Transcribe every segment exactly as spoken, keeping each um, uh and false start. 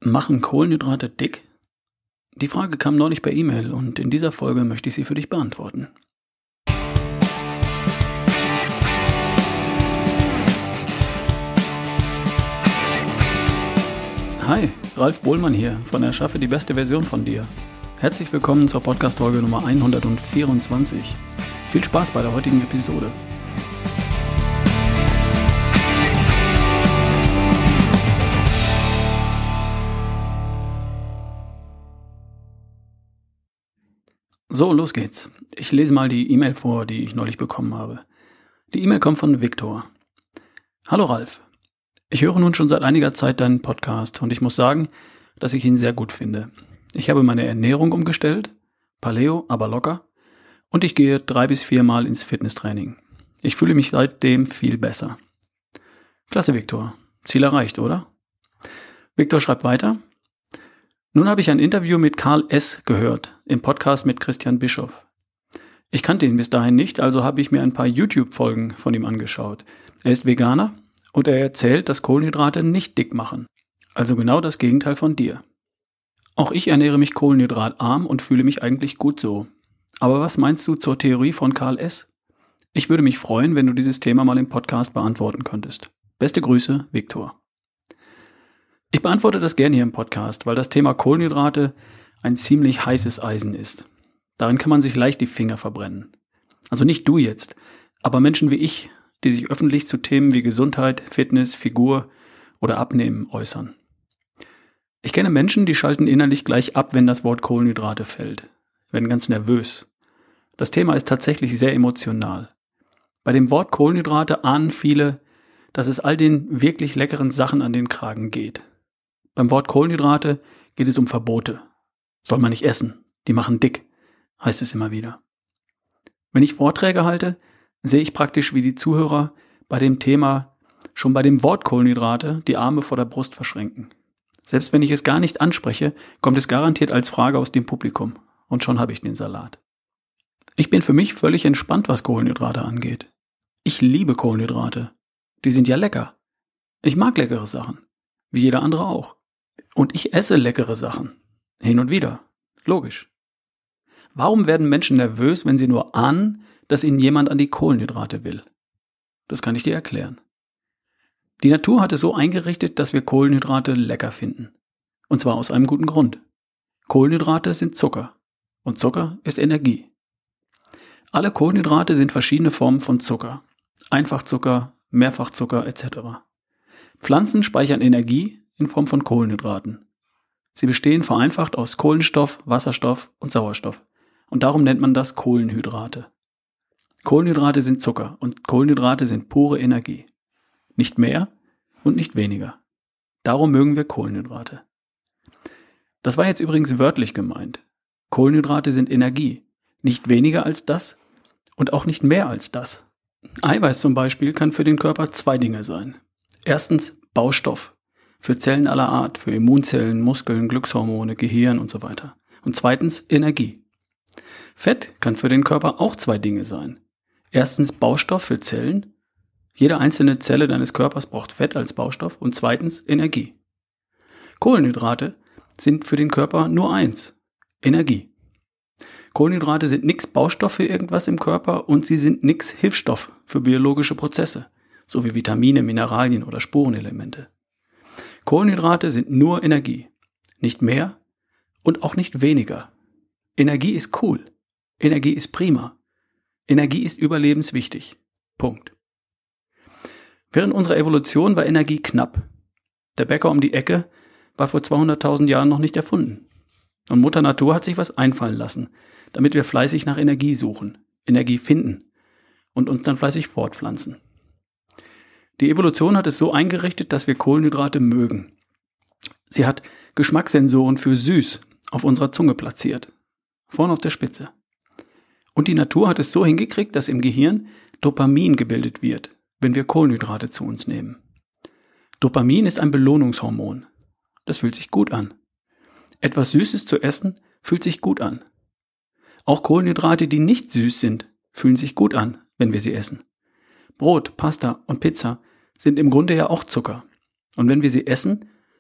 Machen Kohlenhydrate dick? Die Frage kam neulich per E-Mail und in dieser Folge möchte ich sie für dich beantworten. Hi, Ralf Bohlmann hier von Erschaffe die beste Version von dir. Herzlich willkommen zur Podcast-Folge Nummer hundertvierundzwanzig. Viel Spaß bei der heutigen Episode. So, los geht's. Ich lese mal die E-Mail vor, die ich neulich bekommen habe. Die E-Mail kommt von Viktor. Hallo Ralf. Ich höre nun schon seit einiger Zeit deinen Podcast und ich muss sagen, dass ich ihn sehr gut finde. Ich habe meine Ernährung umgestellt, Paleo, aber locker, und ich gehe drei bis viermal ins Fitnesstraining. Ich fühle mich seitdem viel besser. Klasse, Viktor. Ziel erreicht, oder? Viktor schreibt weiter. Nun habe ich ein Interview mit Karl S. gehört, im Podcast mit Christian Bischoff. Ich kannte ihn bis dahin nicht, also habe ich mir ein paar YouTube-Folgen von ihm angeschaut. Er ist Veganer und er erzählt, dass Kohlenhydrate nicht dick machen. Also genau das Gegenteil von dir. Auch ich ernähre mich kohlenhydratarm und fühle mich eigentlich gut so. Aber was meinst du zur Theorie von Karl S.? Ich würde mich freuen, wenn du dieses Thema mal im Podcast beantworten könntest. Beste Grüße, Viktor. Ich beantworte das gerne hier im Podcast, weil das Thema Kohlenhydrate ein ziemlich heißes Eisen ist. Darin kann man sich leicht die Finger verbrennen. Also nicht du jetzt, aber Menschen wie ich, die sich öffentlich zu Themen wie Gesundheit, Fitness, Figur oder Abnehmen äußern. Ich kenne Menschen, die schalten innerlich gleich ab, wenn das Wort Kohlenhydrate fällt, werden ganz nervös. Das Thema ist tatsächlich sehr emotional. Bei dem Wort Kohlenhydrate ahnen viele, dass es all den wirklich leckeren Sachen an den Kragen geht. Beim Wort Kohlenhydrate geht es um Verbote. Soll man nicht essen, die machen dick, heißt es immer wieder. Wenn ich Vorträge halte, sehe ich praktisch, wie die Zuhörer bei dem Thema schon bei dem Wort Kohlenhydrate die Arme vor der Brust verschränken. Selbst wenn ich es gar nicht anspreche, kommt es garantiert als Frage aus dem Publikum. Und schon habe ich den Salat. Ich bin für mich völlig entspannt, was Kohlenhydrate angeht. Ich liebe Kohlenhydrate. Die sind ja lecker. Ich mag leckere Sachen. Wie jeder andere auch. Und ich esse leckere Sachen. Hin und wieder. Logisch. Warum werden Menschen nervös, wenn sie nur ahnen, dass ihnen jemand an die Kohlenhydrate will? Das kann ich dir erklären. Die Natur hat es so eingerichtet, dass wir Kohlenhydrate lecker finden. Und zwar aus einem guten Grund. Kohlenhydrate sind Zucker. Und Zucker ist Energie. Alle Kohlenhydrate sind verschiedene Formen von Zucker. Einfachzucker, Mehrfachzucker et cetera. Pflanzen speichern Energie in Form von Kohlenhydraten. Sie bestehen vereinfacht aus Kohlenstoff, Wasserstoff und Sauerstoff. Und darum nennt man das Kohlenhydrate. Kohlenhydrate sind Zucker und Kohlenhydrate sind pure Energie. Nicht mehr und nicht weniger. Darum mögen wir Kohlenhydrate. Das war jetzt übrigens wörtlich gemeint. Kohlenhydrate sind Energie. Nicht weniger als das und auch nicht mehr als das. Eiweiß zum Beispiel kann für den Körper zwei Dinge sein. Erstens Baustoff. Für Zellen aller Art, für Immunzellen, Muskeln, Glückshormone, Gehirn und so weiter. Und zweitens Energie. Fett kann für den Körper auch zwei Dinge sein. Erstens Baustoff für Zellen. Jede einzelne Zelle deines Körpers braucht Fett als Baustoff und zweitens Energie. Kohlenhydrate sind für den Körper nur eins, Energie. Kohlenhydrate sind nix Baustoff für irgendwas im Körper und sie sind nix Hilfsstoff für biologische Prozesse, so wie Vitamine, Mineralien oder Spurenelemente. Kohlenhydrate sind nur Energie, nicht mehr und auch nicht weniger. Energie ist cool, Energie ist prima, Energie ist überlebenswichtig. Punkt. Während unserer Evolution war Energie knapp. Der Bäcker um die Ecke war vor zweihunderttausend Jahren noch nicht erfunden. Und Mutter Natur hat sich was einfallen lassen, damit wir fleißig nach Energie suchen, Energie finden und uns dann fleißig fortpflanzen. Die Evolution hat es so eingerichtet, dass wir Kohlenhydrate mögen. Sie hat Geschmackssensoren für süß auf unserer Zunge platziert, vorne auf der Spitze. Und die Natur hat es so hingekriegt, dass im Gehirn Dopamin gebildet wird, wenn wir Kohlenhydrate zu uns nehmen. Dopamin ist ein Belohnungshormon. Das fühlt sich gut an. Etwas Süßes zu essen fühlt sich gut an. Auch Kohlenhydrate, die nicht süß sind, fühlen sich gut an, wenn wir sie essen. Brot, Pasta und Pizza sind im Grunde ja auch Zucker. Und wenn wir sie essen,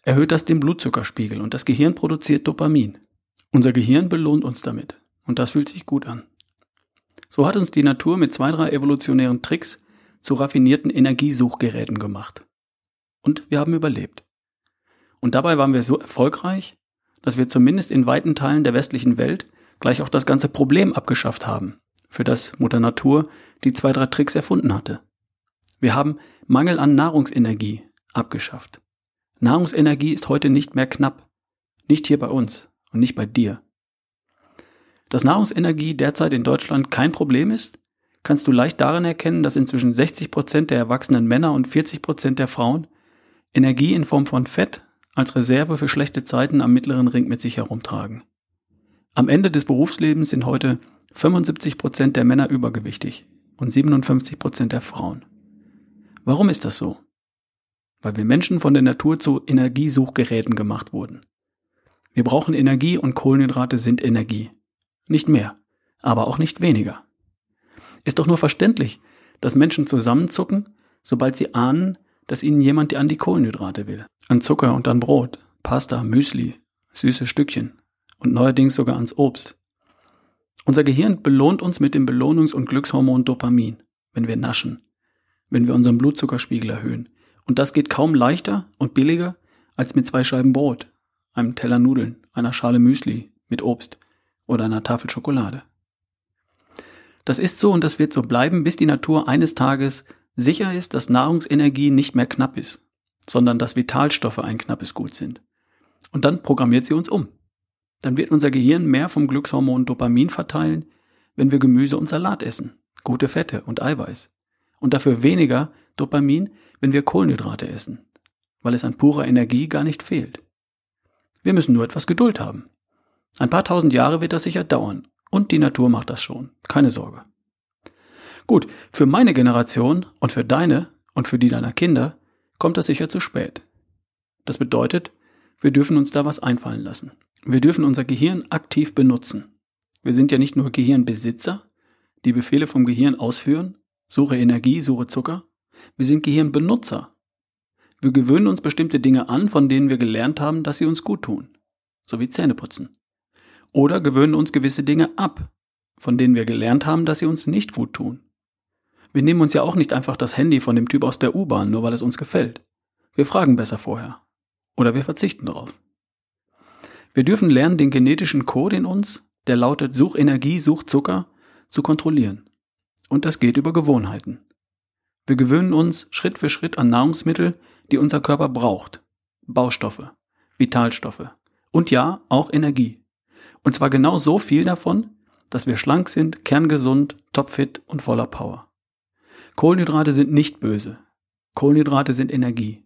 erhöht das den Blutzuckerspiegel und das Gehirn produziert Dopamin. Unser Gehirn belohnt uns damit und das fühlt sich gut an. So hat uns die Natur mit zwei, drei evolutionären Tricks zu raffinierten Energiesuchgeräten gemacht. Und wir haben überlebt. Und dabei waren wir so erfolgreich, dass wir zumindest in weiten Teilen der westlichen Welt gleich auch das ganze Problem abgeschafft haben, für das Mutter Natur die zwei, drei Tricks erfunden hatte. Wir haben Mangel an Nahrungsenergie abgeschafft. Nahrungsenergie ist heute nicht mehr knapp. Nicht hier bei uns und nicht bei dir. Dass Nahrungsenergie derzeit in Deutschland kein Problem ist, kannst du leicht daran erkennen, dass inzwischen sechzig Prozent der erwachsenen Männer und vierzig Prozent der Frauen Energie in Form von Fett als Reserve für schlechte Zeiten am mittleren Ring mit sich herumtragen. Am Ende des Berufslebens sind heute fünfundsiebzig Prozent der Männer übergewichtig und siebenundfünfzig Prozent der Frauen. Warum ist das so? Weil wir Menschen von der Natur zu Energiesuchgeräten gemacht wurden. Wir brauchen Energie und Kohlenhydrate sind Energie. Nicht mehr, aber auch nicht weniger. Ist doch nur verständlich, dass Menschen zusammenzucken, sobald sie ahnen, dass ihnen jemand an die Kohlenhydrate will. An Zucker und an Brot, Pasta, Müsli, süße Stückchen und neuerdings sogar ans Obst. Unser Gehirn belohnt uns mit dem Belohnungs- und Glückshormon Dopamin, wenn wir naschen, wenn wir unseren Blutzuckerspiegel erhöhen. Und das geht kaum leichter und billiger als mit zwei Scheiben Brot, einem Teller Nudeln, einer Schale Müsli mit Obst oder einer Tafel Schokolade. Das ist so und das wird so bleiben, bis die Natur eines Tages sicher ist, dass Nahrungsenergie nicht mehr knapp ist, sondern dass Vitalstoffe ein knappes Gut sind. Und dann programmiert sie uns um. Dann wird unser Gehirn mehr vom Glückshormon Dopamin verteilen, wenn wir Gemüse und Salat essen, gute Fette und Eiweiß. Und dafür weniger Dopamin, wenn wir Kohlenhydrate essen, weil es an purer Energie gar nicht fehlt. Wir müssen nur etwas Geduld haben. Ein paar tausend Jahre wird das sicher dauern und die Natur macht das schon, keine Sorge. Gut, für meine Generation und für deine und für die deiner Kinder kommt das sicher zu spät. Das bedeutet, wir dürfen uns da was einfallen lassen. Wir dürfen unser Gehirn aktiv benutzen. Wir sind ja nicht nur Gehirnbesitzer, die Befehle vom Gehirn ausführen, suche Energie, suche Zucker. Wir sind Gehirnbenutzer. Wir gewöhnen uns bestimmte Dinge an, von denen wir gelernt haben, dass sie uns gut tun, so wie Zähneputzen. Oder gewöhnen uns gewisse Dinge ab, von denen wir gelernt haben, dass sie uns nicht gut tun. Wir nehmen uns ja auch nicht einfach das Handy von dem Typ aus der U-Bahn, nur weil es uns gefällt. Wir fragen besser vorher. Oder wir verzichten darauf. Wir dürfen lernen, den genetischen Code in uns, der lautet Such Energie, such Zucker, zu kontrollieren. Und das geht über Gewohnheiten. Wir gewöhnen uns Schritt für Schritt an Nahrungsmittel, die unser Körper braucht. Baustoffe, Vitalstoffe und ja, auch Energie. Und zwar genau so viel davon, dass wir schlank sind, kerngesund, topfit und voller Power. Kohlenhydrate sind nicht böse. Kohlenhydrate sind Energie.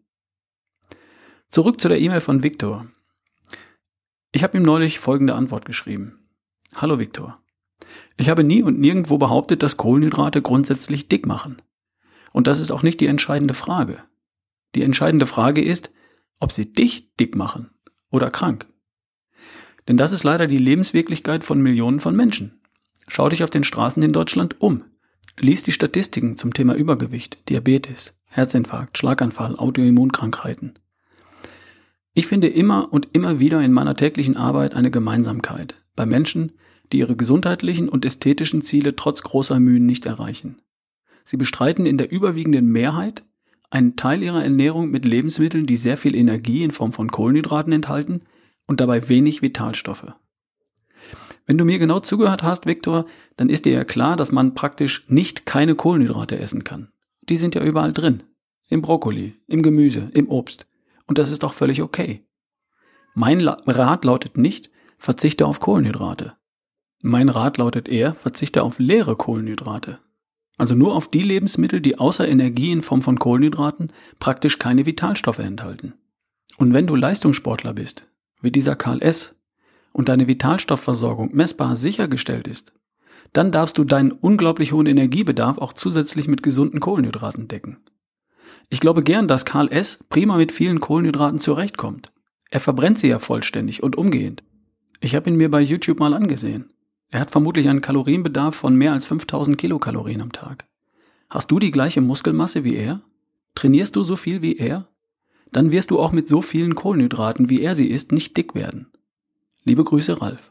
Zurück zu der E-Mail von Viktor. Ich habe ihm neulich folgende Antwort geschrieben. Hallo Viktor. Ich habe nie und nirgendwo behauptet, dass Kohlenhydrate grundsätzlich dick machen. Und das ist auch nicht die entscheidende Frage. Die entscheidende Frage ist, ob sie dich dick machen oder krank. Denn das ist leider die Lebenswirklichkeit von Millionen von Menschen. Schau dich auf den Straßen in Deutschland um. Lies die Statistiken zum Thema Übergewicht, Diabetes, Herzinfarkt, Schlaganfall, Autoimmunkrankheiten. Ich finde immer und immer wieder in meiner täglichen Arbeit eine Gemeinsamkeit bei Menschen, die ihre gesundheitlichen und ästhetischen Ziele trotz großer Mühen nicht erreichen. Sie bestreiten in der überwiegenden Mehrheit einen Teil ihrer Ernährung mit Lebensmitteln, die sehr viel Energie in Form von Kohlenhydraten enthalten und dabei wenig Vitalstoffe. Wenn du mir genau zugehört hast, Viktor, dann ist dir ja klar, dass man praktisch nicht keine Kohlenhydrate essen kann. Die sind ja überall drin. Im Brokkoli, im Gemüse, im Obst. Und das ist doch völlig okay. Mein La- Rat lautet nicht, verzichte auf Kohlenhydrate. Mein Rat lautet eher, verzichte auf leere Kohlenhydrate. Also nur auf die Lebensmittel, die außer Energie in Form von Kohlenhydraten praktisch keine Vitalstoffe enthalten. Und wenn du Leistungssportler bist, wie dieser Karl S., und deine Vitalstoffversorgung messbar sichergestellt ist, dann darfst du deinen unglaublich hohen Energiebedarf auch zusätzlich mit gesunden Kohlenhydraten decken. Ich glaube gern, dass Karl S. prima mit vielen Kohlenhydraten zurechtkommt. Er verbrennt sie ja vollständig und umgehend. Ich habe ihn mir bei YouTube mal angesehen. Er hat vermutlich einen Kalorienbedarf von mehr als fünftausend Kilokalorien am Tag. Hast du die gleiche Muskelmasse wie er? Trainierst du so viel wie er? dann wirst du auch mit so vielen Kohlenhydraten, wie er sie isst, nicht dick werden. Liebe Grüße, Ralf.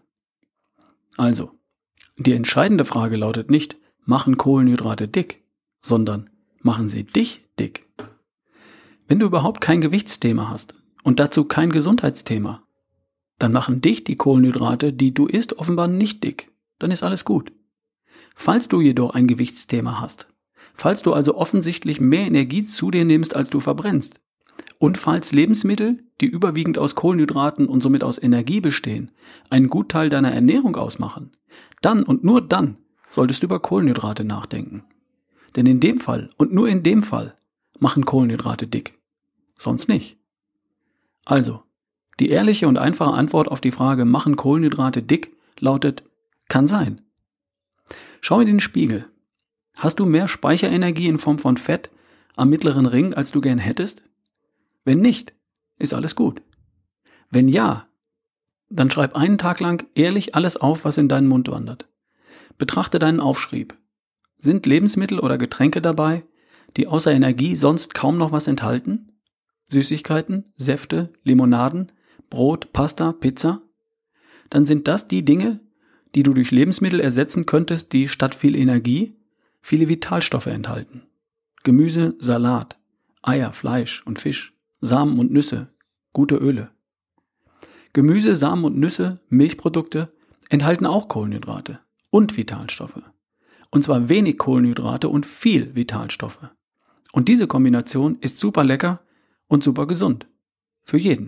Also, die entscheidende Frage lautet nicht, machen Kohlenhydrate dick, sondern machen sie dich dick? Wenn du überhaupt kein Gewichtsthema hast und dazu kein Gesundheitsthema, dann machen dich die Kohlenhydrate, die du isst, offenbar nicht dick. Dann ist alles gut. Falls du jedoch ein Gewichtsthema hast, falls du also offensichtlich mehr Energie zu dir nimmst, als du verbrennst, und falls Lebensmittel, die überwiegend aus Kohlenhydraten und somit aus Energie bestehen, einen Gutteil deiner Ernährung ausmachen, dann und nur dann solltest du über Kohlenhydrate nachdenken. Denn in dem Fall und nur in dem Fall machen Kohlenhydrate dick. Sonst nicht. Also, die ehrliche und einfache Antwort auf die Frage, machen Kohlenhydrate dick, lautet, kann sein. Schau in den Spiegel. Hast du mehr Speicherenergie in Form von Fett am mittleren Ring, als du gern hättest? Wenn nicht, ist alles gut. Wenn ja, dann schreib einen Tag lang ehrlich alles auf, was in deinen Mund wandert. Betrachte deinen Aufschrieb. Sind Lebensmittel oder Getränke dabei, die außer Energie sonst kaum noch was enthalten? Süßigkeiten, Säfte, Limonaden, Brot, Pasta, Pizza? Dann sind das die Dinge, die du durch Lebensmittel ersetzen könntest, die statt viel Energie viele Vitalstoffe enthalten. Gemüse, Salat, Eier, Fleisch und Fisch, Samen und Nüsse, gute Öle. Gemüse, Samen und Nüsse, Milchprodukte enthalten auch Kohlenhydrate und Vitalstoffe. Und zwar wenig Kohlenhydrate und viel Vitalstoffe. Und diese Kombination ist super lecker und super gesund. Für jeden.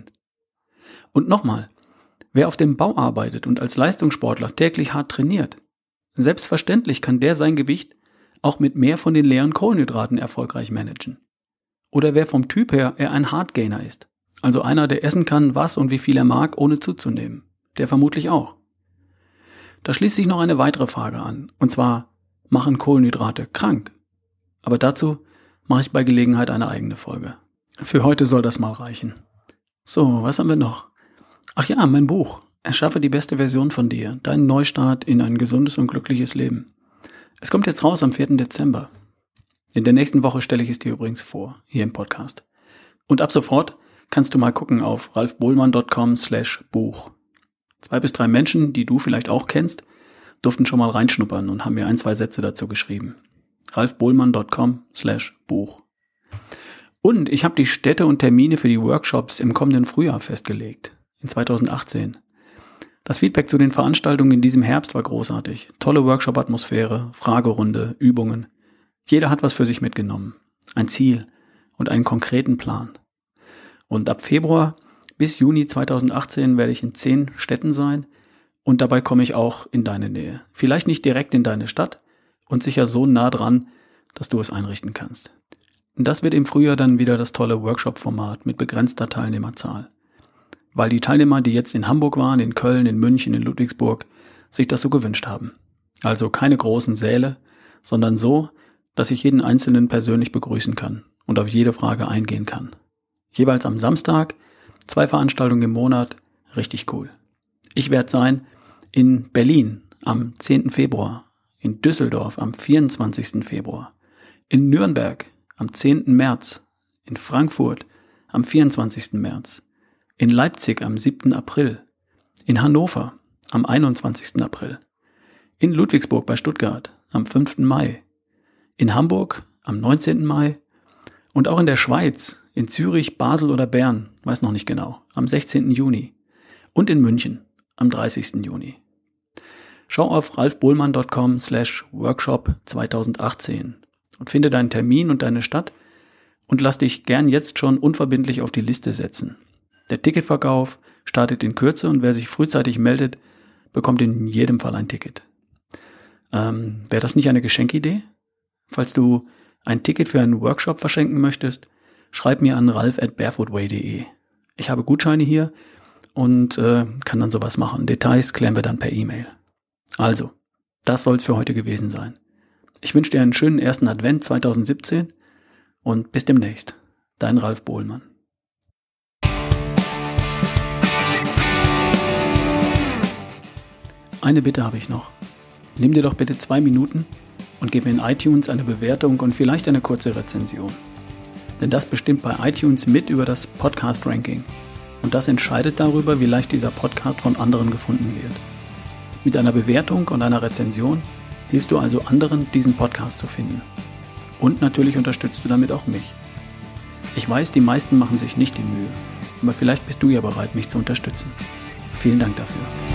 Und nochmal, wer auf dem Bau arbeitet und als Leistungssportler täglich hart trainiert, selbstverständlich kann der sein Gewicht auch mit mehr von den leeren Kohlenhydraten erfolgreich managen. Oder wer vom Typ her eher ein Hardgainer ist, also einer, der essen kann, was und wie viel er mag, ohne zuzunehmen, der vermutlich auch. Da schließt sich noch eine weitere Frage an, und zwar, machen Kohlenhydrate krank? Aber dazu mache ich bei Gelegenheit eine eigene Folge. Für heute soll das mal reichen. So, was haben wir noch? Ach ja, mein Buch. Erschaffe die beste Version von dir. Dein Neustart in ein gesundes und glückliches Leben. Es kommt jetzt raus am vierten Dezember. In der nächsten Woche stelle ich es dir übrigens vor, hier im Podcast. Und ab sofort kannst du mal gucken auf ralfbohlmann punkt com slash Buch. Zwei bis drei Menschen, die du vielleicht auch kennst, durften schon mal reinschnuppern und haben mir ein, zwei Sätze dazu geschrieben. ralfbohlmann punkt com slash Buch. Und ich habe die Städte und Termine für die Workshops im kommenden Frühjahr festgelegt, in zweitausendachtzehn. Das Feedback zu den Veranstaltungen in diesem Herbst war großartig. Tolle Workshop-Atmosphäre, Fragerunde, Übungen. Jeder hat was für sich mitgenommen. Ein Ziel und einen konkreten Plan. Und ab Februar bis Juni zweitausendachtzehn werde ich in zehn Städten sein und dabei komme ich auch in deine Nähe. Vielleicht nicht direkt in deine Stadt und sicher so nah dran, dass du es einrichten kannst. Das wird im Frühjahr dann wieder das tolle Workshop-Format mit begrenzter Teilnehmerzahl. Weil die Teilnehmer, die jetzt in Hamburg waren, in Köln, in München, in Ludwigsburg, sich das so gewünscht haben. Also keine großen Säle, sondern so, dass ich jeden Einzelnen persönlich begrüßen kann und auf jede Frage eingehen kann. Jeweils am Samstag, zwei Veranstaltungen im Monat, richtig cool. Ich werde sein in Berlin am zehnten Februar, in Düsseldorf am vierundzwanzigsten Februar, in Nürnberg am zehnten März, in Frankfurt am vierundzwanzigsten März, in Leipzig am siebten April, in Hannover am einundzwanzigsten April, in Ludwigsburg bei Stuttgart am fünften Mai, in Hamburg am neunzehnten Mai und auch in der Schweiz, in Zürich, Basel oder Bern, weiß noch nicht genau, am sechzehnten Juni und in München am dreißigsten Juni. Schau auf ralfbohlmann punkt com slash Workshop zweitausendachtzehn und finde deinen Termin und deine Stadt und lass dich gern jetzt schon unverbindlich auf die Liste setzen. Der Ticketverkauf startet in Kürze und wer sich frühzeitig meldet, bekommt in jedem Fall ein Ticket. Ähm, wäre das nicht eine Geschenkidee? Falls du ein Ticket für einen Workshop verschenken möchtest, schreib mir an ralf at barefootway punkt de. Ich habe Gutscheine hier und äh, kann dann sowas machen. Details klären wir dann per E-Mail. Also, das soll's für heute gewesen sein. Ich wünsche dir einen schönen ersten Advent zweitausendsiebzehn und bis demnächst. Dein Ralf Bohlmann. Eine Bitte habe ich noch. Nimm dir doch bitte zwei Minuten und gib mir in iTunes eine Bewertung und vielleicht eine kurze Rezension. Denn das bestimmt bei iTunes mit über das Podcast-Ranking. Und das entscheidet darüber, wie leicht dieser Podcast von anderen gefunden wird. Mit einer Bewertung und einer Rezension hilfst du also anderen, diesen Podcast zu finden. Und natürlich unterstützt du damit auch mich. Ich weiß, die meisten machen sich nicht die Mühe, aber vielleicht bist du ja bereit, mich zu unterstützen. Vielen Dank dafür.